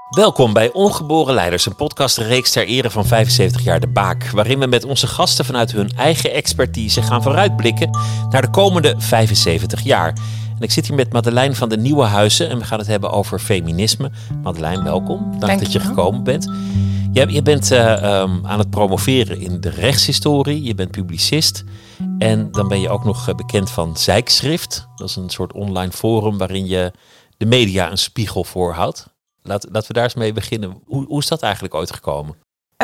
Welkom bij Ongeboren Leiders, een podcastreeks ter ere van 75 jaar De Baak, waarin we met onze gasten vanuit hun eigen expertise gaan vooruitblikken naar de komende 75 jaar. En ik zit hier met Madeleine van de Nieuwenhuizen en we gaan het hebben over feminisme. Madeleine, welkom. Dank dat je gekomen bent. Je bent aan het promoveren in de rechtshistorie, je bent publicist en dan ben je ook nog bekend van Zijkschrift. Dat is een soort online forum waarin je de media een spiegel voorhoudt. Laten we daar eens mee beginnen. Hoe is dat eigenlijk ooit gekomen?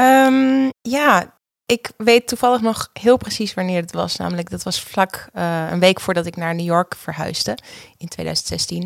Ik weet toevallig nog heel precies wanneer het was. Namelijk, dat was vlak een week voordat ik naar New York verhuisde in 2016.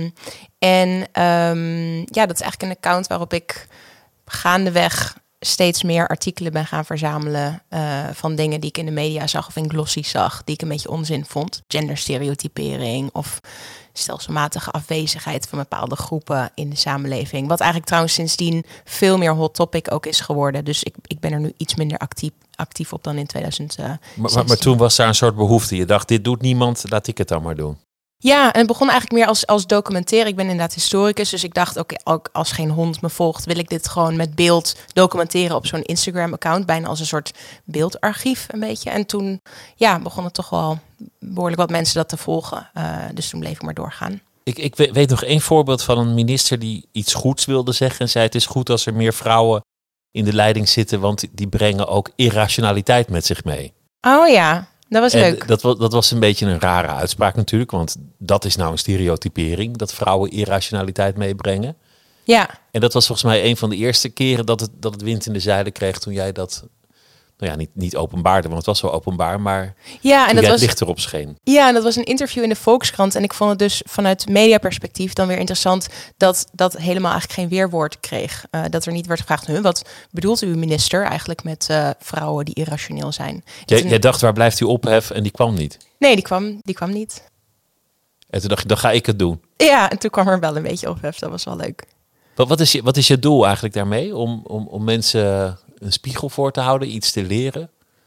Dat is eigenlijk een account waarop ik gaandeweg steeds meer artikelen ben gaan verzamelen van dingen die ik in de media zag of in glossies zag, die ik een beetje onzin vond. Genderstereotypering of stelselmatige afwezigheid van bepaalde groepen in de samenleving. Wat eigenlijk trouwens sindsdien veel meer hot topic ook is geworden. Dus ik ben er nu iets minder actief op dan in 2016. Maar toen was daar een soort behoefte. Je dacht, dit doet niemand, laat ik het dan maar doen. Ja, en het begon eigenlijk meer als documentaire. Ik ben inderdaad historicus, dus ik dacht, oké, ook als geen hond me volgt, wil ik dit gewoon met beeld documenteren op zo'n Instagram-account. Bijna als een soort beeldarchief een beetje. En toen begonnen toch wel behoorlijk wat mensen dat te volgen. Dus toen bleef ik maar doorgaan. Ik weet nog één voorbeeld van een minister die iets goeds wilde zeggen en zei, het is goed als er meer vrouwen in de leiding zitten, want die brengen ook irrationaliteit met zich mee. Oh ja. Dat was leuk. Dat was een beetje een rare uitspraak natuurlijk. Want dat is nou een stereotypering. Dat vrouwen irrationaliteit meebrengen. Ja. En dat was volgens mij een van de eerste keren dat het wind in de zeilen kreeg. Toen jij dat niet openbaarde. Want het was wel openbaar. Maar en dat was licht erop scheen. Ja, en dat was een interview in de Volkskrant. En ik vond het dus vanuit mediaperspectief dan weer interessant dat dat helemaal eigenlijk geen weerwoord kreeg. Dat er niet werd gevraagd, wat bedoelt uw minister eigenlijk met vrouwen die irrationeel zijn? Jij dacht, waar blijft uw ophef? En die kwam niet. Nee, die kwam niet. En toen dacht je, dan ga ik het doen. Ja, en toen kwam er wel een beetje ophef. Dat was wel leuk. Wat is je doel eigenlijk daarmee? Om mensen een spiegel voor te houden, iets te leren?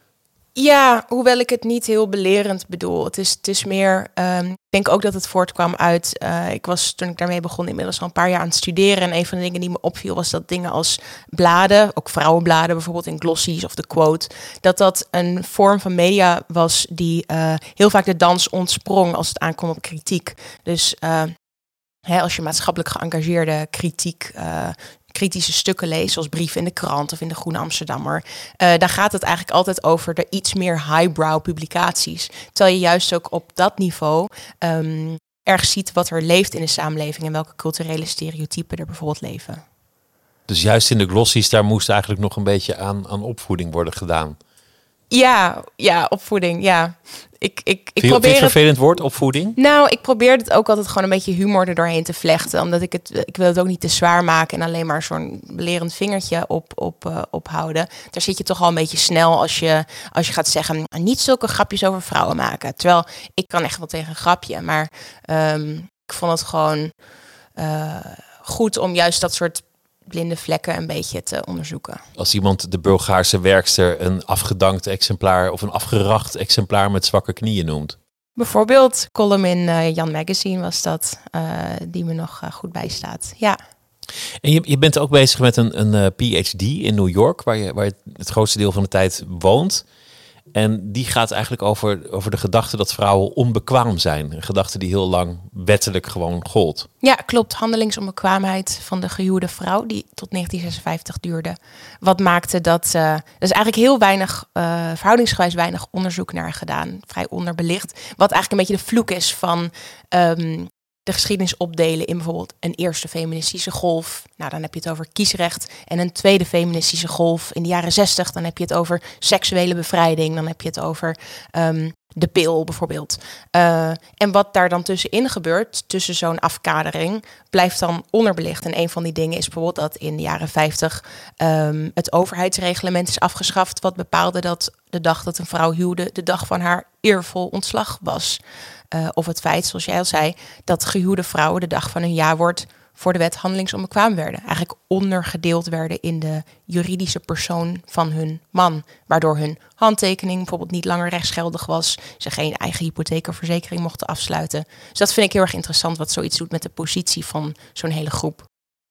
Ja, hoewel ik het niet heel belerend bedoel. Het is meer, ik denk ook dat het voortkwam uit, ik was toen ik daarmee begon inmiddels al een paar jaar aan het studeren. En een van de dingen die me opviel was dat dingen als bladen, ook vrouwenbladen bijvoorbeeld in glossies of de quote, dat een vorm van media was die heel vaak de dans ontsprong als het aankwam op kritiek. Dus als je maatschappelijk geëngageerde kritische stukken leest, zoals brieven in de krant of in de Groene Amsterdammer, daar gaat het eigenlijk altijd over de iets meer highbrow publicaties. Terwijl je juist ook op dat niveau erg ziet wat er leeft in de samenleving en welke culturele stereotypen er bijvoorbeeld leven. Dus juist in de glossies, daar moest eigenlijk nog een beetje aan opvoeding worden gedaan. Ja, opvoeding, ja. Ik Vind je het vervelend woord, opvoeding? Nou, ik probeer het ook altijd gewoon een beetje humor er doorheen te vlechten. Omdat ik wil het ook niet te zwaar maken en alleen maar zo'n belerend vingertje ophouden. Daar zit je toch al een beetje snel als je gaat zeggen, niet zulke grapjes over vrouwen maken. Terwijl, ik kan echt wel tegen een grapje. Maar ik vond het gewoon goed om juist dat soort blinde vlekken een beetje te onderzoeken. Als iemand de Bulgaarse werkster een afgedankt exemplaar of een afgeracht exemplaar met zwakke knieën noemt. Bijvoorbeeld column in Jan Magazine was dat, die me nog goed bijstaat. Ja. En je bent ook bezig met een PhD in New York, waar je het grootste deel van de tijd woont. En die gaat eigenlijk over de gedachte dat vrouwen onbekwaam zijn. Een gedachte die heel lang wettelijk gewoon gold. Ja, klopt. Handelingsonbekwaamheid van de gehuwde vrouw, die tot 1956 duurde. Wat maakte dat er is eigenlijk heel weinig, verhoudingsgewijs weinig onderzoek naar gedaan. Vrij onderbelicht. Wat eigenlijk een beetje de vloek is van de geschiedenis opdelen in bijvoorbeeld een eerste feministische golf. Nou, dan heb je het over kiesrecht. En een tweede feministische golf in de jaren 60. Dan heb je het over seksuele bevrijding. Dan heb je het over de pil bijvoorbeeld. En wat daar dan tussenin gebeurt, tussen zo'n afkadering, blijft dan onderbelicht. En een van die dingen is bijvoorbeeld dat in de jaren 50 het overheidsreglement is afgeschaft, wat bepaalde dat de dag dat een vrouw huwde de dag van haar eervol ontslag was. Of het feit, zoals jij al zei, dat gehuwde vrouwen de dag van hun jaarwoord voor de wet handelingsonbekwaam werden. Eigenlijk ondergedeeld werden in de juridische persoon van hun man. Waardoor hun handtekening bijvoorbeeld niet langer rechtsgeldig was. Ze geen eigen hypotheek of verzekering mochten afsluiten. Dus dat vind ik heel erg interessant wat zoiets doet met de positie van zo'n hele groep.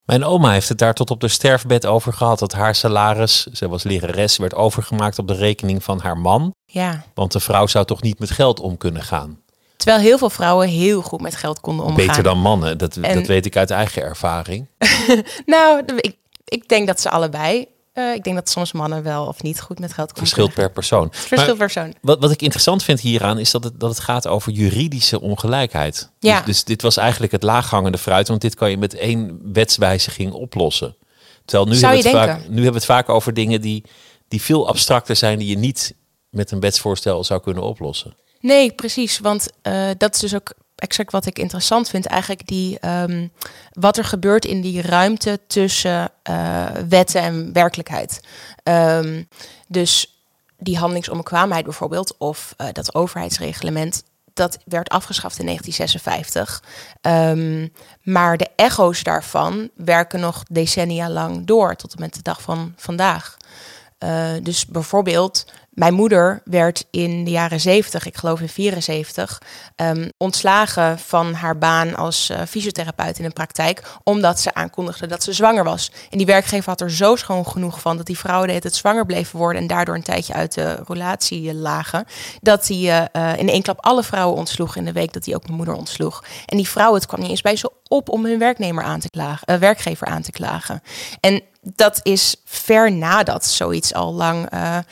Mijn oma heeft het daar tot op de sterfbed over gehad dat haar salaris, ze was lerares, werd overgemaakt op de rekening van haar man. Ja. Want de vrouw zou toch niet met geld om kunnen gaan. Terwijl heel veel vrouwen heel goed met geld konden omgaan. Beter dan mannen, dat weet ik uit eigen ervaring. Nou, ik denk dat ze allebei. Ik denk dat soms mannen wel of niet goed met geld konden. Verschilt per persoon. Verschilt per persoon. Wat ik interessant vind hieraan is dat het gaat over juridische ongelijkheid. Ja. Dus dit was eigenlijk het laaghangende fruit, want dit kan je met 1 wetswijziging oplossen. Terwijl nu hebben we het vaak over dingen die veel abstracter zijn, die je niet met een wetsvoorstel zou kunnen oplossen. Nee, precies. Want dat is dus ook exact wat ik interessant vind. Eigenlijk wat er gebeurt in die ruimte tussen wetten en werkelijkheid. Dus die handelingsonbekwaamheid bijvoorbeeld, of dat overheidsreglement, dat werd afgeschaft in 1956. Maar de echo's daarvan werken nog decennia lang door, tot en met de dag van vandaag. Dus bijvoorbeeld, mijn moeder werd in de jaren 70, ik geloof in 74, ontslagen van haar baan als fysiotherapeut in een praktijk, omdat ze aankondigde dat ze zwanger was. En die werkgever had er zo schoon genoeg van dat die vrouwen de hele tijd zwanger bleven worden en daardoor een tijdje uit de relatie lagen, dat hij in één klap alle vrouwen ontsloeg in de week dat hij ook mijn moeder ontsloeg. En die vrouwen, het kwam niet eens bij ze op om hun werkgever aan te klagen. En dat is ver nadat zoiets al lang,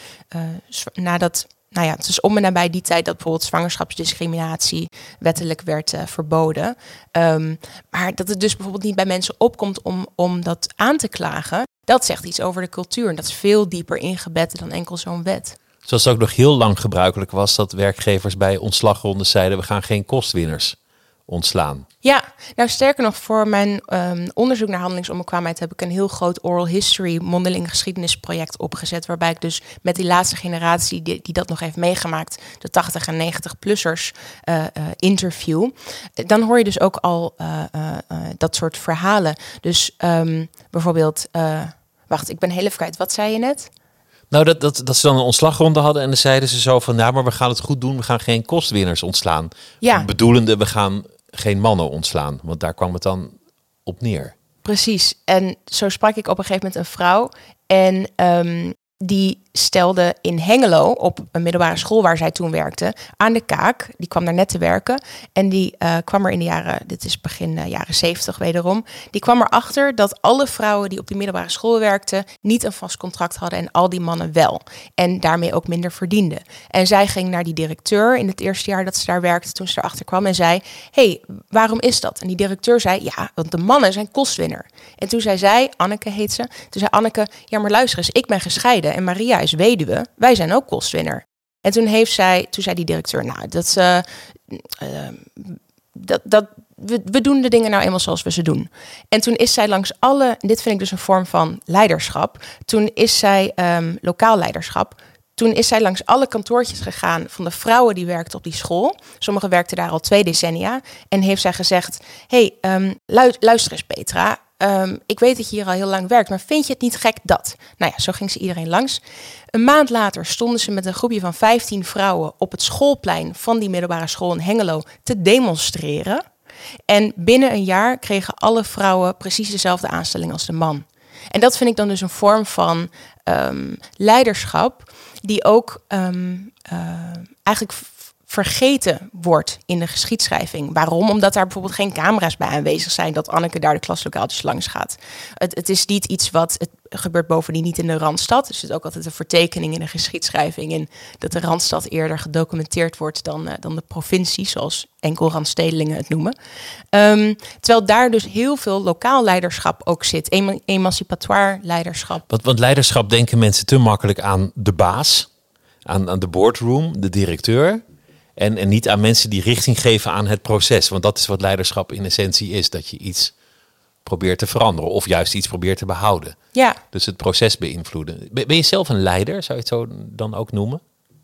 het is om en nabij die tijd dat bijvoorbeeld zwangerschapsdiscriminatie wettelijk werd verboden. Maar dat het dus bijvoorbeeld niet bij mensen opkomt om dat aan te klagen, dat zegt iets over de cultuur. En dat is veel dieper ingebed dan enkel zo'n wet. Zoals het ook nog heel lang gebruikelijk was dat werkgevers bij ontslagrondes zeiden, we gaan geen kostwinners ontslaan. Ja, nou sterker nog, voor mijn onderzoek naar handelingsonbekwaamheid heb ik een heel groot oral history mondeling geschiedenisproject opgezet, waarbij ik dus met die laatste generatie die dat nog heeft meegemaakt, de 80 en 90-plussers interview. Dan hoor je dus ook al dat soort verhalen. Dus bijvoorbeeld, wacht, ik ben heel even kwijt. Wat zei je net? Nou, dat ze dan een ontslagronde hadden en dan zeiden ze zo van, maar we gaan het goed doen, we gaan geen kostwinners ontslaan. Ja. Bedoelende, we gaan geen mannen ontslaan, want daar kwam het dan op neer. Precies. En zo sprak ik op een gegeven moment een vrouw en die stelde in Hengelo op een middelbare school waar zij toen werkte aan de kaak. Die kwam daar net te werken en die kwam er in de jaren, dit is begin jaren 70 wederom, die kwam erachter dat alle vrouwen die op die middelbare school werkten niet een vast contract hadden en al die mannen wel. En daarmee ook minder verdienden. En zij ging naar die directeur in het eerste jaar dat ze daar werkte, toen ze erachter kwam en zei, hey, waarom is dat? En die directeur zei, ja, want de mannen zijn kostwinner. En toen zei zij, Anneke heet ze, toen zei Anneke, ja, maar luister eens, ik ben gescheiden en Maria is weduwe, wij zijn ook kostwinner. En toen zei die directeur, nou, we doen de dingen nou eenmaal zoals we ze doen. En toen is zij langs dit vind ik dus een vorm van leiderschap. Toen is zij lokaal leiderschap. Toen is zij langs alle kantoortjes gegaan van de vrouwen die werkten op die school. Sommigen werkten daar al 2 decennia. En heeft zij gezegd, hey, luister eens Petra. Ik weet dat je hier al heel lang werkt, maar vind je het niet gek dat? Nou ja, zo ging ze iedereen langs. Een maand later stonden ze met een groepje van 15 vrouwen op het schoolplein van die middelbare school in Hengelo te demonstreren. En binnen een jaar kregen alle vrouwen precies dezelfde aanstelling als de man. En dat vind ik dan dus een vorm van leiderschap die ook eigenlijk vergeten wordt in de geschiedschrijving. Waarom? Omdat daar bijvoorbeeld geen camera's bij aanwezig zijn, dat Anneke daar de klaslokaaltjes langs gaat. Het is niet iets het gebeurt bovendien niet in de Randstad. Er zit ook altijd een vertekening in de geschiedschrijving in dat de Randstad eerder gedocumenteerd wordt dan de provincie, zoals enkel Randstedelingen het noemen. Terwijl daar dus heel veel lokaal leiderschap ook zit. Emancipatoire leiderschap. Want leiderschap denken mensen te makkelijk aan de baas, aan de boardroom, de directeur. En niet aan mensen die richting geven aan het proces. Want dat is wat leiderschap in essentie is. Dat je iets probeert te veranderen. Of juist iets probeert te behouden. Ja. Dus het proces beïnvloeden. Ben je zelf een leider? Zou je het zo dan ook noemen?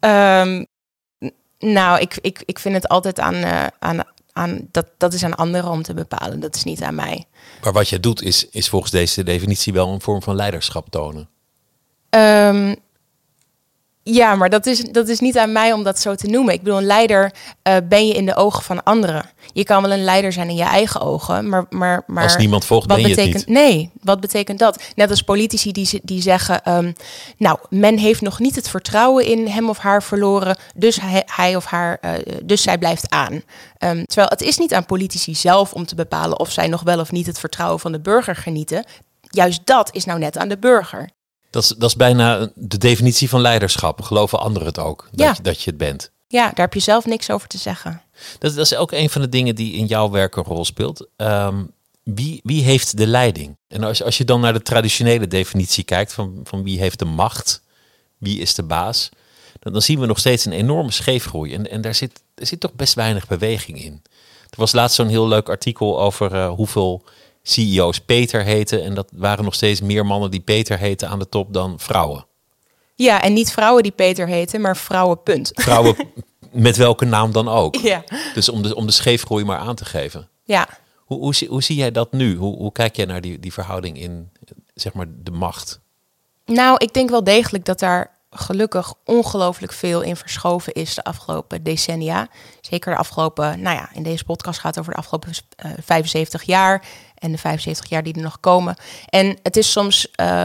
Nou, ik vind het altijd aan dat is aan anderen om te bepalen. Dat is niet aan mij. Maar wat je doet is volgens deze definitie wel een vorm van leiderschap tonen. Ja, maar dat is niet aan mij om dat zo te noemen. Ik bedoel, een leider ben je in de ogen van anderen. Je kan wel een leider zijn in je eigen ogen, maar als niemand volgt, ben je het niet. Nee, wat betekent dat? Net als politici die zeggen, men heeft nog niet het vertrouwen in hem of haar verloren, dus hij of haar, dus zij blijft aan. Terwijl het is niet aan politici zelf om te bepalen of zij nog wel of niet het vertrouwen van de burger genieten. Juist dat is nou net aan de burger. Dat is bijna de definitie van leiderschap. Geloven anderen het ook, dat je het bent? Ja, daar heb je zelf niks over te zeggen. Dat is ook een van de dingen die in jouw werk een rol speelt. Wie heeft de leiding? En als je dan naar de traditionele definitie kijkt van wie heeft de macht, wie is de baas, dan zien we nog steeds een enorme scheefgroei. En er zit toch best weinig beweging in. Er was laatst zo'n heel leuk artikel over hoeveel CEO's Peter heten. En dat waren nog steeds meer mannen die Peter heten aan de top dan vrouwen. Ja, en niet vrouwen die Peter heten, maar vrouwen, punt. Vrouwen met welke naam dan ook. Ja. Dus om de scheefgroei maar aan te geven. Ja. Hoe zie jij dat nu? Hoe kijk jij naar die verhouding in, zeg maar, de macht? Nou, ik denk wel degelijk dat daar gelukkig ongelooflijk veel in verschoven is de afgelopen decennia. Zeker de afgelopen, in deze podcast gaat het over de afgelopen 75 jaar en de 75 jaar die er nog komen. En het is soms,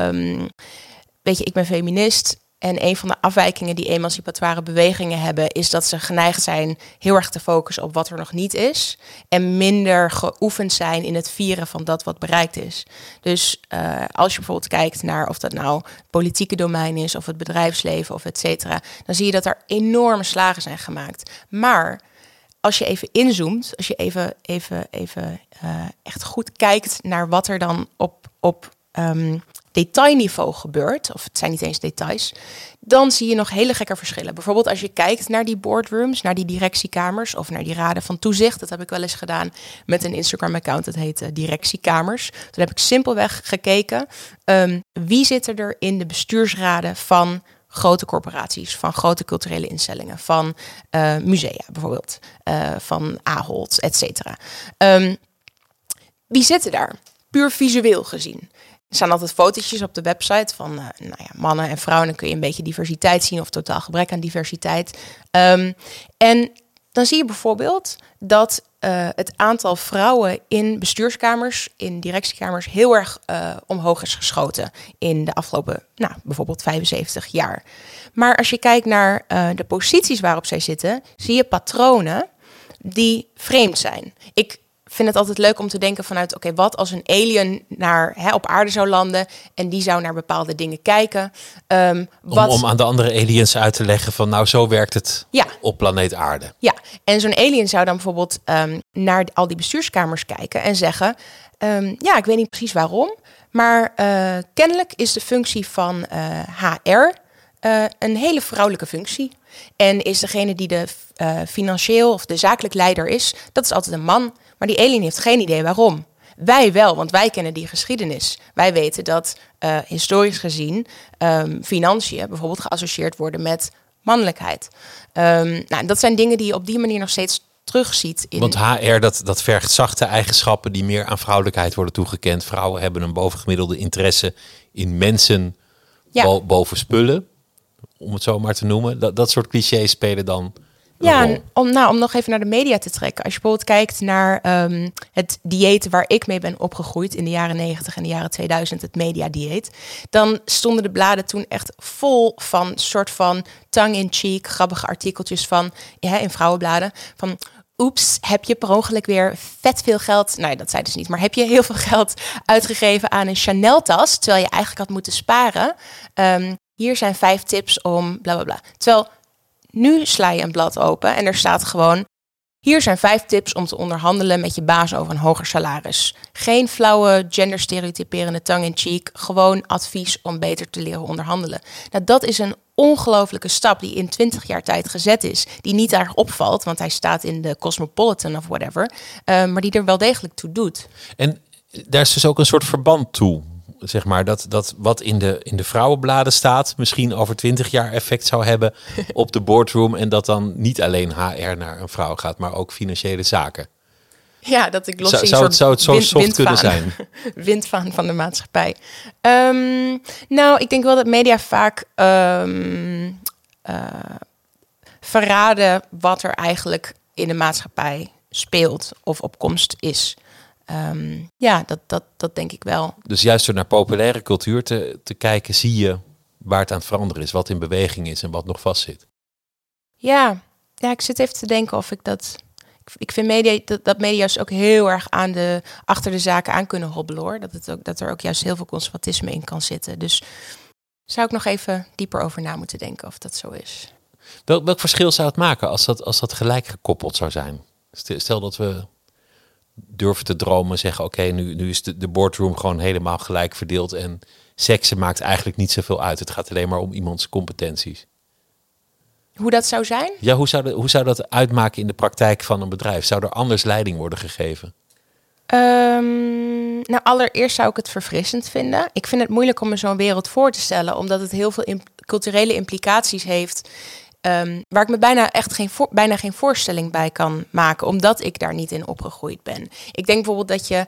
ik ben feminist en een van de afwijkingen die emancipatoire bewegingen hebben is dat ze geneigd zijn heel erg te focussen op wat er nog niet is en minder geoefend zijn in het vieren van dat wat bereikt is. Dus als je bijvoorbeeld kijkt naar of dat nou het politieke domein is of het bedrijfsleven of et cetera, dan zie je dat er enorme slagen zijn gemaakt. Maar als je even inzoomt, als je even echt goed kijkt naar wat er dan op detailniveau gebeurt, of het zijn niet eens details, dan zie je nog hele gekke verschillen. Bijvoorbeeld als je kijkt naar die boardrooms, naar die directiekamers of naar die raden van toezicht. Dat heb ik wel eens gedaan met een Instagram-account, dat heet Directiekamers. Toen heb ik simpelweg gekeken, wie zit er in de bestuursraden van grote corporaties, van grote culturele instellingen, van musea bijvoorbeeld, van Ahold, et cetera. Wie zitten daar? Puur visueel gezien. Er staan altijd fotootjes op de website van mannen en vrouwen. Dan kun je een beetje diversiteit zien of totaal gebrek aan diversiteit. En dan zie je bijvoorbeeld dat het aantal vrouwen in bestuurskamers, in directiekamers, heel erg omhoog is geschoten in de afgelopen, bijvoorbeeld 75 jaar. Maar als je kijkt naar de posities waarop zij zitten, zie je patronen die vreemd zijn. Ik vind het altijd leuk om te denken vanuit, wat als een alien op aarde zou landen en die zou naar bepaalde dingen kijken. Om aan de andere aliens uit te leggen van, zo werkt het op planeet aarde. Ja, en zo'n alien zou dan bijvoorbeeld naar al die bestuurskamers kijken en zeggen, ik weet niet precies waarom, maar kennelijk is de functie van HR een hele vrouwelijke functie. En is degene die de financieel of de zakelijk leider is, dat is altijd een man. Maar die alien heeft geen idee waarom. Wij wel, want wij kennen die geschiedenis. Wij weten dat historisch gezien financiën bijvoorbeeld geassocieerd worden met mannelijkheid. Dat zijn dingen die je op die manier nog steeds terugziet. Want HR, dat vergt zachte eigenschappen die meer aan vrouwelijkheid worden toegekend. Vrouwen hebben een bovengemiddelde interesse in mensen boven spullen. Om het zo maar te noemen. Dat soort clichés spelen dan. Ja, om nog even naar de media te trekken. Als je bijvoorbeeld kijkt naar het dieet waar ik mee ben opgegroeid in de jaren 90 en de jaren 2000, het mediadieet, dan stonden de bladen toen echt vol van soort van tongue-in-cheek, grappige artikeltjes van, in vrouwenbladen, van oeps, heb je per ongeluk weer vet veel geld, dat zeiden ze niet, maar heb je heel veel geld uitgegeven aan een Chanel-tas, terwijl je eigenlijk had moeten sparen. Hier zijn 5 tips om bla bla bla. Terwijl nu sla je een blad open en er staat gewoon, hier zijn 5 tips om te onderhandelen met je baas over een hoger salaris. Geen flauwe genderstereotyperende tongue-in-cheek, gewoon advies om beter te leren onderhandelen. Dat is een ongelofelijke stap die in 20 jaar tijd gezet is, die niet erg opvalt, want hij staat in de Cosmopolitan of whatever, maar die er wel degelijk toe doet. En daar is dus ook een soort verband toe. Zeg maar, dat wat in de vrouwenbladen staat misschien over 20 jaar effect zou hebben op de boardroom. En dat dan niet alleen HR naar een vrouw gaat, maar ook financiële zaken. Ja, dat ik los zie. Zou het zo soft kunnen zijn? Windvaan van de maatschappij. Ik denk wel dat media vaak verraden wat er eigenlijk in de maatschappij speelt of op komst is. Dat denk ik wel. Dus juist door naar populaire cultuur te kijken, zie je waar het aan het veranderen is, wat in beweging is en wat nog vastzit. Ja, ik zit even te denken of ik dat... Ik vind dat media's ook heel erg achter de zaken aan kunnen hobbelen, hoor. Dat er ook juist heel veel conservatisme in kan zitten. Dus zou ik nog even dieper over na moeten denken of dat zo is. Welk verschil zou het maken als dat gelijk gekoppeld zou zijn? Stel dat we durven te dromen, zeggen oké, nu is de boardroom gewoon helemaal gelijk verdeeld en seksen maakt eigenlijk niet zoveel uit. Het gaat alleen maar om iemands competenties. Hoe dat zou zijn? Ja, hoe zou dat uitmaken in de praktijk van een bedrijf? Zou er anders leiding worden gegeven? Allereerst zou ik het verfrissend vinden. Ik vind het moeilijk om me zo'n wereld voor te stellen, omdat het heel veel culturele implicaties heeft, waar ik me bijna geen voorstelling bij kan maken, omdat ik daar niet in opgegroeid ben. Ik denk bijvoorbeeld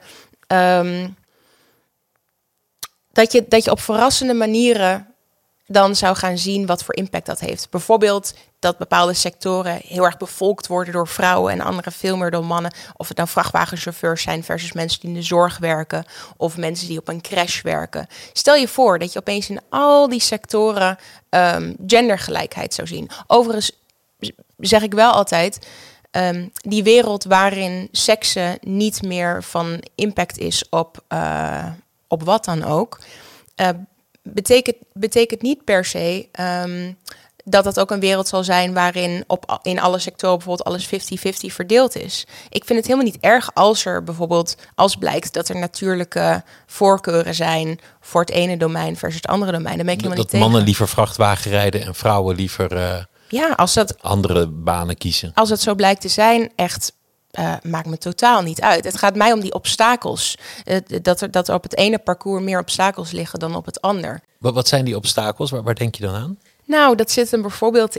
dat je op verrassende manieren dan zou gaan zien wat voor impact dat heeft. Bijvoorbeeld dat bepaalde sectoren heel erg bevolkt worden door vrouwen en andere veel meer door mannen. Of het nou vrachtwagenchauffeurs zijn versus mensen die in de zorg werken of mensen die op een crash werken. Stel je voor dat je opeens in al die sectoren gendergelijkheid zou zien. Overigens zeg ik wel altijd, die wereld waarin seksen niet meer van impact is op wat dan ook, betekent niet per se dat het ook een wereld zal zijn waarin in alle sectoren bijvoorbeeld alles 50-50 verdeeld is. Ik vind het helemaal niet erg als blijkt dat er natuurlijke voorkeuren zijn voor het ene domein versus het andere domein. Dan ben ik helemaal niet tegen. Dat mannen liever vrachtwagen rijden en vrouwen liever andere banen kiezen. Als het zo blijkt te zijn, echt, maakt me totaal niet uit. Het gaat mij om die obstakels. Dat er op het ene parcours meer obstakels liggen dan op het ander. Wat zijn die obstakels? Waar denk je dan aan? Nou, dat zit hem bijvoorbeeld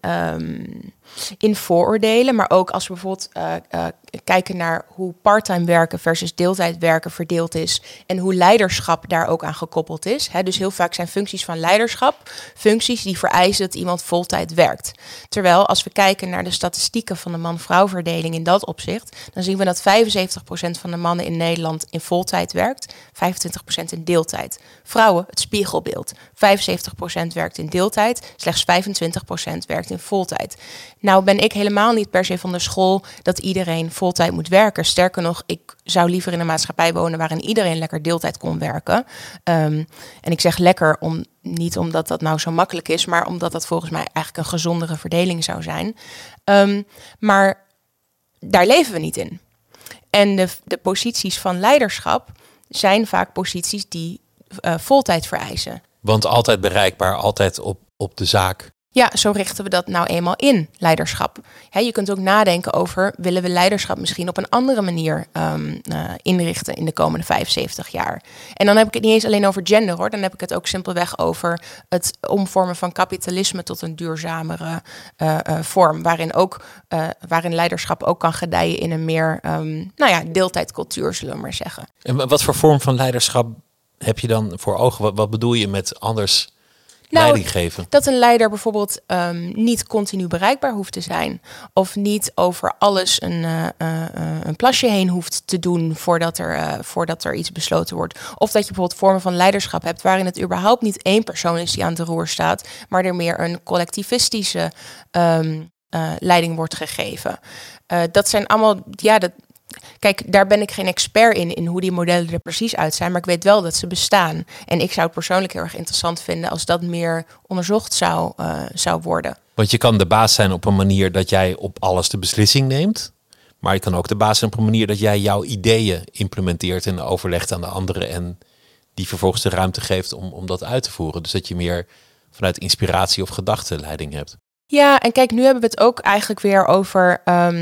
in vooroordelen. Maar ook als we bijvoorbeeld kijken naar hoe parttime werken versus deeltijd werken verdeeld is. En hoe leiderschap daar ook aan gekoppeld is. Dus heel vaak zijn functies van leiderschap functies die vereisen dat iemand voltijd werkt. Terwijl als we kijken naar de statistieken van de man-vrouw verdeling in dat opzicht, dan zien we dat 75% van de mannen in Nederland in voltijd werkt, 25% in deeltijd. Vrouwen, het spiegelbeeld. 75% werkt in deeltijd, slechts 25% werkt in voltijd. Nou ben ik helemaal niet per se van de school dat iedereen voltijd moet werken. Sterker nog, ik zou liever in een maatschappij wonen waarin iedereen lekker deeltijd kon werken. En ik zeg lekker niet omdat dat nou zo makkelijk is, maar omdat dat volgens mij eigenlijk een gezondere verdeling zou zijn. Maar daar leven we niet in. En de posities van leiderschap zijn vaak posities die voltijd vereisen. Want altijd bereikbaar, altijd op de zaak. Ja, zo richten we dat nou eenmaal in, leiderschap. Je kunt ook nadenken over, willen we leiderschap misschien op een andere manier inrichten in de komende 75 jaar? En dan heb ik het niet eens alleen over gender, hoor. Dan heb ik het ook simpelweg over het omvormen van kapitalisme tot een duurzamere vorm. Waarin leiderschap ook kan gedijen in een meer deeltijdcultuur, zullen we maar zeggen. En wat voor vorm van leiderschap heb je dan voor ogen? Wat bedoel je met anders leiding geven? Dat een leider bijvoorbeeld niet continu bereikbaar hoeft te zijn. Of niet over alles een plasje heen hoeft te doen voordat er iets besloten wordt. Of dat je bijvoorbeeld vormen van leiderschap hebt waarin het überhaupt niet één persoon is die aan het roer staat, maar er meer een collectivistische leiding wordt gegeven. Dat zijn allemaal, kijk, daar ben ik geen expert in hoe die modellen er precies uit zijn, maar ik weet wel dat ze bestaan. En ik zou het persoonlijk heel erg interessant vinden als dat meer onderzocht zou worden. Want je kan de baas zijn op een manier dat jij op alles de beslissing neemt. Maar je kan ook de baas zijn op een manier dat jij jouw ideeën implementeert en overlegt aan de anderen en die vervolgens de ruimte geeft om dat uit te voeren. Dus dat je meer vanuit inspiratie of gedachtenleiding hebt. Ja, en kijk, nu hebben we het ook eigenlijk weer over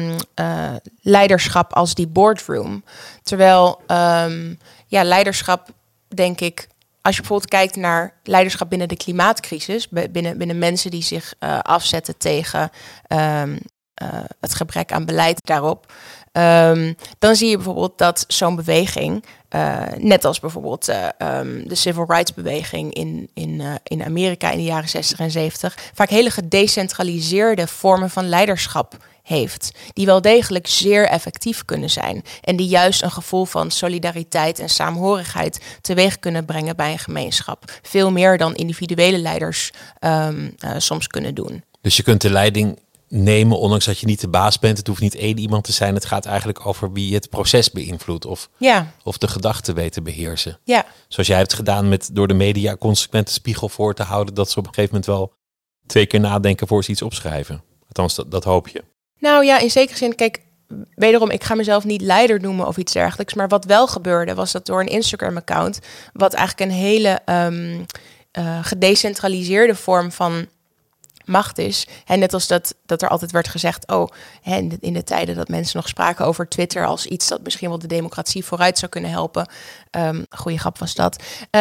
leiderschap als die boardroom. Terwijl leiderschap, denk ik, als je bijvoorbeeld kijkt naar leiderschap binnen de klimaatcrisis, binnen mensen die zich afzetten tegen het gebrek aan beleid daarop. Dan zie je bijvoorbeeld dat zo'n beweging, net als bijvoorbeeld de civil rights beweging in Amerika in de jaren 60 en 70, vaak hele gedecentraliseerde vormen van leiderschap heeft, die wel degelijk zeer effectief kunnen zijn en die juist een gevoel van solidariteit en saamhorigheid teweeg kunnen brengen bij een gemeenschap. Veel meer dan individuele leiders soms kunnen doen. Dus je kunt de leiding nemen, ondanks dat je niet de baas bent. Het hoeft niet één iemand te zijn. Het gaat eigenlijk over wie het proces beïnvloedt of de gedachten weet te beheersen. Ja. Zoals jij hebt gedaan met door de media consequent de spiegel voor te houden, dat ze op een gegeven moment wel 2 keer nadenken voor ze iets opschrijven. Althans, dat hoop je. Nou ja, in zekere zin, kijk, wederom, ik ga mezelf niet leider noemen of iets dergelijks. Maar wat wel gebeurde, was dat door een Instagram-account, wat eigenlijk een hele gedecentraliseerde vorm van macht is. En net als dat er altijd werd gezegd, in de tijden dat mensen nog spraken over Twitter als iets dat misschien wel de democratie vooruit zou kunnen helpen. Goeie grap was dat.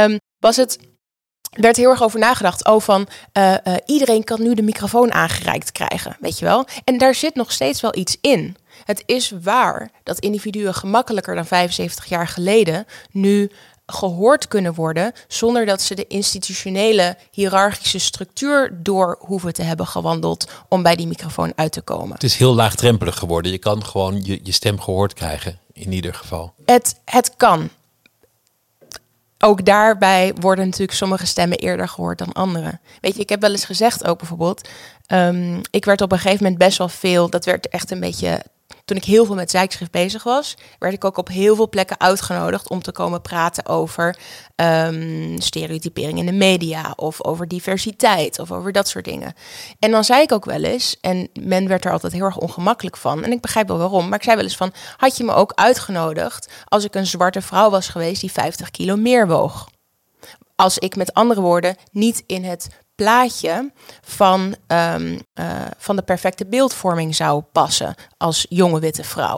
Werd heel erg over nagedacht. Iedereen kan nu de microfoon aangereikt krijgen, weet je wel. En daar zit nog steeds wel iets in. Het is waar dat individuen gemakkelijker dan 75 jaar geleden nu gehoord kunnen worden zonder dat ze de institutionele hiërarchische structuur door hoeven te hebben gewandeld om bij die microfoon uit te komen. Het is heel laagdrempelig geworden. Je kan gewoon je stem gehoord krijgen, in ieder geval. Het kan. Ook daarbij worden natuurlijk sommige stemmen eerder gehoord dan andere. Weet je, ik heb wel eens gezegd ook bijvoorbeeld, ik werd op een gegeven moment best wel veel, dat werd echt een beetje, toen ik heel veel met zeikschrift bezig was, werd ik ook op heel veel plekken uitgenodigd om te komen praten over stereotypering in de media of over diversiteit of over dat soort dingen. En dan zei ik ook wel eens, en men werd er altijd heel erg ongemakkelijk van, en ik begrijp wel waarom, maar ik zei wel eens van, had je me ook uitgenodigd als ik een zwarte vrouw was geweest die 50 kilo meer woog? Als ik met andere woorden niet in het plaatje van de perfecte beeldvorming zou passen als jonge witte vrouw.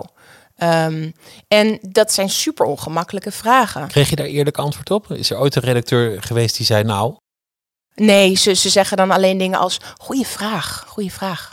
En dat zijn super ongemakkelijke vragen. Kreeg je daar eerlijk antwoord op? Is er ooit een redacteur geweest die zei nou? Nee, ze zeggen dan alleen dingen als goeie vraag.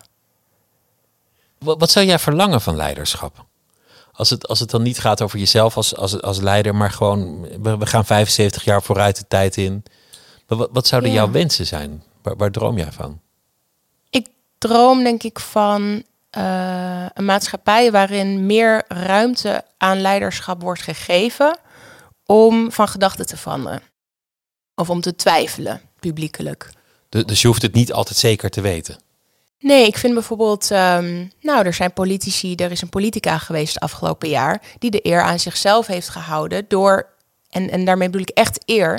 Wat zou jij verlangen van leiderschap? Als het dan niet gaat over jezelf als leider, maar gewoon, we gaan 75 jaar vooruit de tijd in. Wat zouden jouw wensen zijn? Waar droom jij van? Ik droom denk ik van een maatschappij waarin meer ruimte aan leiderschap wordt gegeven om van gedachten te veranderen. Of om te twijfelen, publiekelijk. Dus je hoeft het niet altijd zeker te weten? Nee, ik vind bijvoorbeeld, er zijn politici, er is een politica geweest afgelopen jaar die de eer aan zichzelf heeft gehouden door, en daarmee bedoel ik echt eer,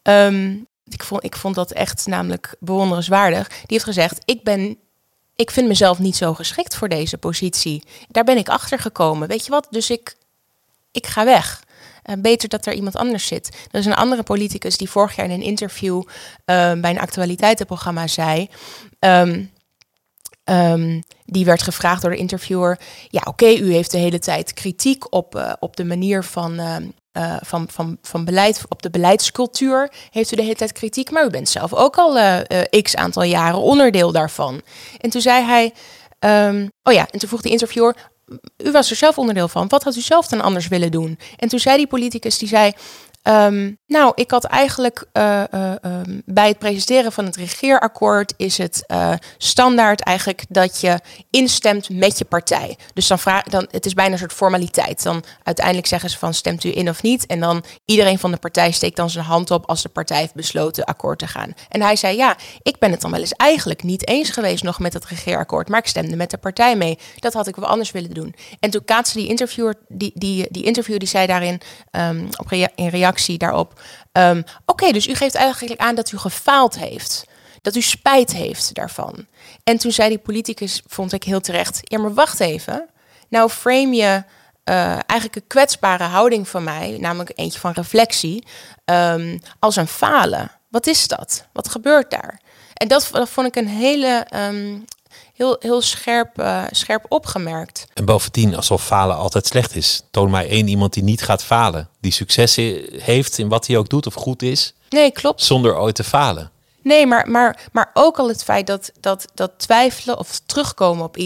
ik vond dat echt namelijk bewonderenswaardig. Die heeft gezegd, ik vind mezelf niet zo geschikt voor deze positie. Daar ben ik achter gekomen. Weet je wat? Dus ik ga weg. Beter dat er iemand anders zit. Er is een andere politicus die vorig jaar in een interview bij een actualiteitenprogramma zei, die werd gevraagd door de interviewer, ja oké, u heeft de hele tijd kritiek op de manier van beleid, op de beleidscultuur heeft u de hele tijd kritiek, maar u bent zelf ook al x aantal jaren onderdeel daarvan. En toen zei hij, en toen vroeg de interviewer, u was er zelf onderdeel van, wat had u zelf dan anders willen doen? En toen zei die politicus, die zei, ik had eigenlijk bij het presenteren van het regeerakkoord is het standaard eigenlijk dat je instemt met je partij. Dus dan het is bijna een soort formaliteit. Dan uiteindelijk zeggen ze van stemt u in of niet? En dan iedereen van de partij steekt dan zijn hand op als de partij heeft besloten akkoord te gaan. En hij zei ja, ik ben het dan wel eens eigenlijk niet eens geweest nog met het regeerakkoord, maar ik stemde met de partij mee. Dat had ik wel anders willen doen. En toen kaatste die interviewer, die interviewer die zei daarin in reactie daarop, oké, dus u geeft eigenlijk aan dat u gefaald heeft. Dat u spijt heeft daarvan. En toen zei die politicus, vond ik heel terecht, ja, maar wacht even. Nou frame je eigenlijk een kwetsbare houding van mij, namelijk eentje van reflectie, als een falen. Wat is dat? Wat gebeurt daar? En dat vond ik een hele heel scherp opgemerkt. En bovendien, alsof falen altijd slecht is. Toon mij iemand die niet gaat falen. Die succes heeft in wat hij ook doet of goed is. Nee, klopt. Zonder ooit te falen. Nee, maar ook al het feit dat twijfelen of terugkomen op iets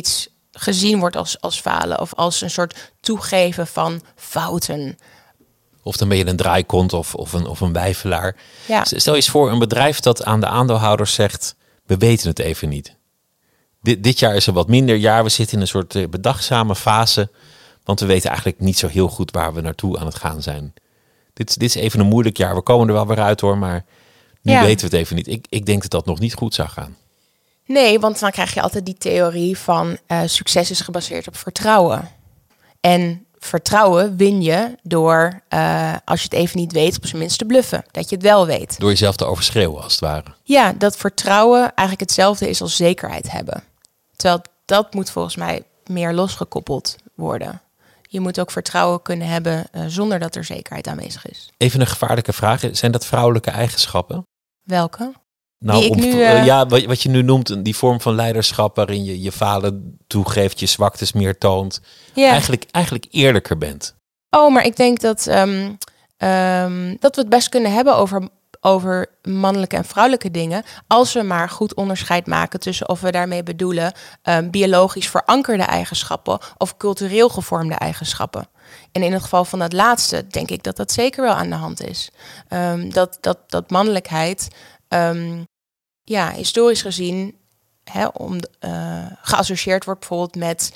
gezien wordt als falen of als een soort toegeven van fouten. Of dan ben je een draaikont of een wijfelaar. Ja. Stel je eens voor een bedrijf dat aan de aandeelhouders zegt, we weten het even niet. Dit jaar is er wat minder jaar. We zitten in een soort bedachtzame fase. Want we weten eigenlijk niet zo heel goed waar we naartoe aan het gaan zijn. Dit is even een moeilijk jaar. We komen er wel weer uit hoor, maar nu weten we het even niet. Ik denk dat dat nog niet goed zou gaan. Nee, want dan krijg je altijd die theorie van succes is gebaseerd op vertrouwen. En vertrouwen win je door, als je het even niet weet, op zijn minst te bluffen. Dat je het wel weet. Door jezelf te overschreeuwen als het ware. Ja, dat vertrouwen eigenlijk hetzelfde is als zekerheid hebben. Terwijl dat moet volgens mij meer losgekoppeld worden. Je moet ook vertrouwen kunnen hebben zonder dat er zekerheid aanwezig is. Even een gevaarlijke vraag. Zijn dat vrouwelijke eigenschappen? Welke? Nou, wat je nu noemt, die vorm van leiderschap waarin je falen toegeeft, je zwaktes meer toont. Ja. Eigenlijk eerlijker bent. Oh, maar ik denk dat we het best kunnen hebben over mannelijke en vrouwelijke dingen, als we maar goed onderscheid maken tussen of we daarmee bedoelen biologisch verankerde eigenschappen of cultureel gevormde eigenschappen. En in het geval van dat laatste denk ik dat dat zeker wel aan de hand is. Dat mannelijkheid historisch gezien geassocieerd wordt bijvoorbeeld met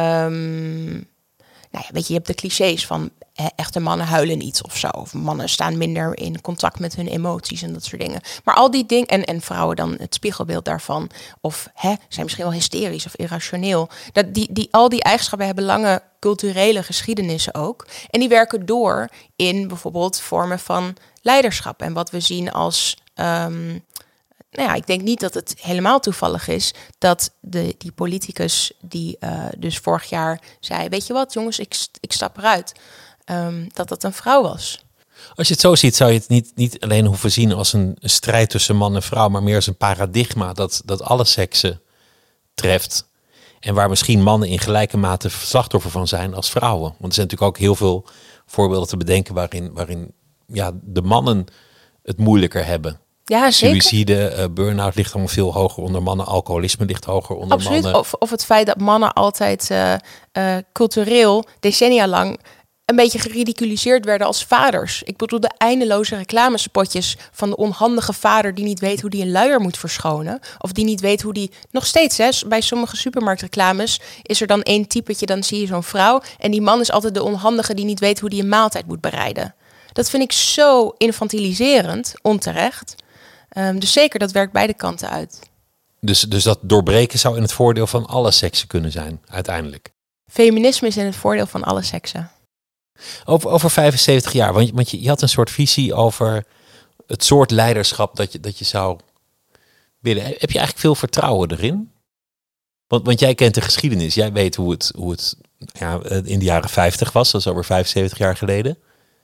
je hebt de clichés van echte mannen huilen niet of zo. Of mannen staan minder in contact met hun emoties en dat soort dingen. Maar al die dingen, en vrouwen dan het spiegelbeeld daarvan. Of zijn misschien wel hysterisch of irrationeel. Al die eigenschappen hebben lange culturele geschiedenissen ook. En die werken door in bijvoorbeeld vormen van leiderschap. En wat we zien als ik denk niet dat het helemaal toevallig is dat die politicus die dus vorig jaar zei, weet je wat jongens, ik stap eruit, dat een vrouw was. Als je het zo ziet, zou je het niet alleen hoeven zien als een strijd tussen man en vrouw, maar meer als een paradigma dat alle seksen treft. En waar misschien mannen in gelijke mate slachtoffer van zijn als vrouwen. Want er zijn natuurlijk ook heel veel voorbeelden te bedenken waarin de mannen het moeilijker hebben. Ja, zeker. Suïcide, burn-out ligt allemaal veel hoger onder mannen. Alcoholisme ligt hoger onder Absoluut. mannen. Of het feit dat mannen altijd cultureel decennia lang een beetje geridiculiseerd werden als vaders. Ik bedoel de eindeloze reclamespotjes van de onhandige vader die niet weet hoe die een luier moet verschonen. Of die niet weet hoe die, nog steeds bij sommige supermarktreclames is er dan één typetje, dan zie je zo'n vrouw. En die man is altijd de onhandige die niet weet hoe die een maaltijd moet bereiden. Dat vind ik zo infantiliserend, onterecht. Dus zeker, dat werkt beide kanten uit. Dus dat doorbreken zou in het voordeel van alle seksen kunnen zijn, uiteindelijk. Feminisme is in het voordeel van alle seksen. Over 75 jaar, want je had een soort visie over het soort leiderschap dat je zou willen. Heb je eigenlijk veel vertrouwen erin? Want jij kent de geschiedenis, jij weet hoe het in de jaren 50 was, dat is over 75 jaar geleden.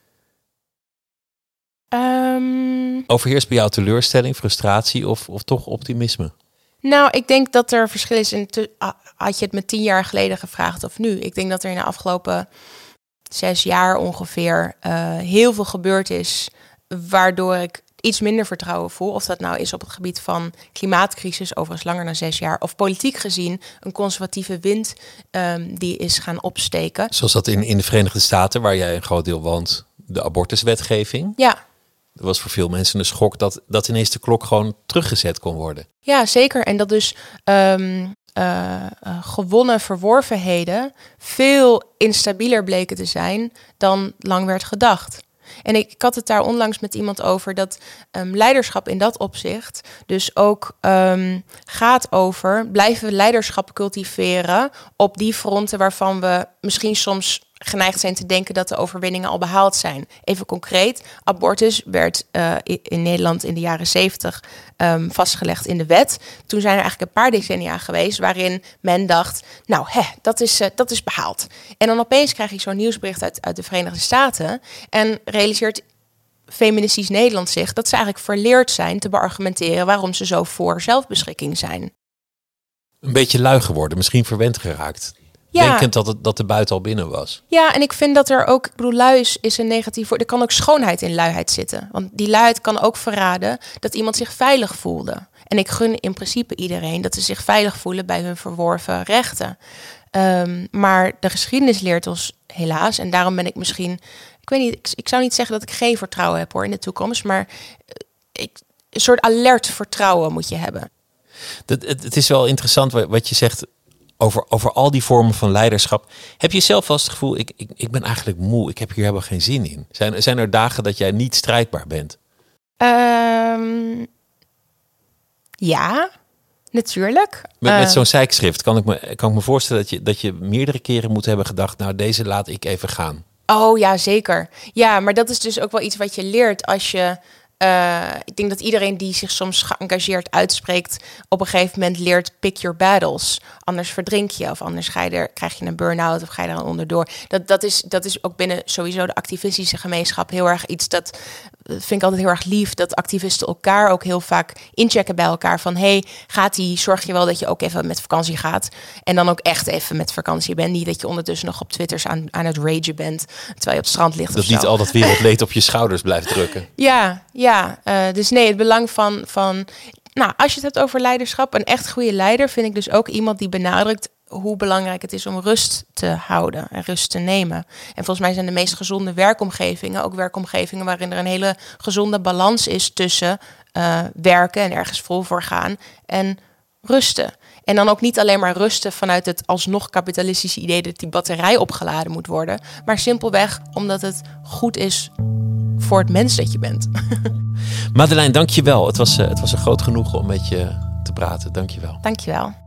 Overheerst bij jou teleurstelling, frustratie of toch optimisme? Nou, ik denk dat er verschil is. Had je het me 10 jaar geleden gevraagd of nu? Ik denk dat er in de afgelopen 6 jaar ongeveer heel veel gebeurd is, waardoor ik iets minder vertrouwen voel. Of dat nou is op het gebied van klimaatcrisis, overigens langer dan 6 jaar, of politiek gezien een conservatieve wind die is gaan opsteken. Zoals dat in de Verenigde Staten, waar jij een groot deel woont, de abortuswetgeving. Ja. Er was voor veel mensen een schok dat ineens de klok gewoon teruggezet kon worden. Ja, zeker. En dat dus gewonnen verworvenheden veel instabieler bleken te zijn dan lang werd gedacht. En ik had het daar onlangs met iemand over dat leiderschap in dat opzicht dus ook gaat over, blijven we leiderschap cultiveren op die fronten waarvan we misschien soms geneigd zijn te denken dat de overwinningen al behaald zijn. Even concreet, abortus werd in Nederland in de jaren 70 vastgelegd in de wet. Toen zijn er eigenlijk een paar decennia geweest waarin men dacht, dat is behaald. En dan opeens krijg je zo'n nieuwsbericht uit de Verenigde Staten en realiseert feministisch Nederland zich dat ze eigenlijk verleerd zijn te beargumenteren waarom ze zo voor zelfbeschikking zijn. Een beetje lui geworden, misschien verwend geraakt. Ja. Denkend dat de buiten al binnen was. Ja, en ik vind dat er ook, lui is een negatief woord. Er kan ook schoonheid in luiheid zitten. Want die luiheid kan ook verraden dat iemand zich veilig voelde. En ik gun in principe iedereen dat ze zich veilig voelen bij hun verworven rechten. Maar de geschiedenis leert ons helaas. En daarom ben ik misschien... Ik weet niet, ik zou niet zeggen dat ik geen vertrouwen heb hoor in de toekomst. Maar een soort alert vertrouwen moet je hebben. Het is wel interessant wat je zegt over al die vormen van leiderschap. Heb je zelf wel eens het gevoel, ik ben eigenlijk moe. Ik heb hier helemaal geen zin in. Zijn er dagen dat jij niet strijdbaar bent? Ja, natuurlijk. Met zo'n zeikschrift kan ik me voorstellen dat je meerdere keren moet hebben gedacht, nou deze laat ik even gaan. Oh ja, zeker. Ja, maar dat is dus ook wel iets wat je leert als je... ik denk dat iedereen die zich soms geëngageerd uitspreekt... op een gegeven moment leert pick your battles. Anders verdrink je of anders krijg je een burn-out of ga je er onderdoor. Dat is ook binnen sowieso de activistische gemeenschap heel erg iets dat... vind ik altijd heel erg lief, dat activisten elkaar ook heel vaak inchecken bij elkaar. Van, zorg je wel dat je ook even met vakantie gaat. En dan ook echt even met vakantie bent. Niet dat je ondertussen nog op Twitters aan het ragen bent, terwijl je op het strand ligt dat of zo. Niet al dat wereldleed op je schouders blijft drukken. Ja. Dus nee, het belang van... Nou, als je het hebt over leiderschap, een echt goede leider vind ik dus ook iemand die benadrukt hoe belangrijk het is om rust te houden en rust te nemen. En volgens mij zijn de meest gezonde werkomgevingen ook werkomgevingen waarin er een hele gezonde balans is tussen werken en ergens vol voor gaan en rusten. En dan ook niet alleen maar rusten vanuit het alsnog kapitalistische idee dat die batterij opgeladen moet worden, maar simpelweg omdat het goed is voor het mens dat je bent. Madeleine, dank je wel. Het was een groot genoegen om met je te praten. Dank je wel. Dank je wel.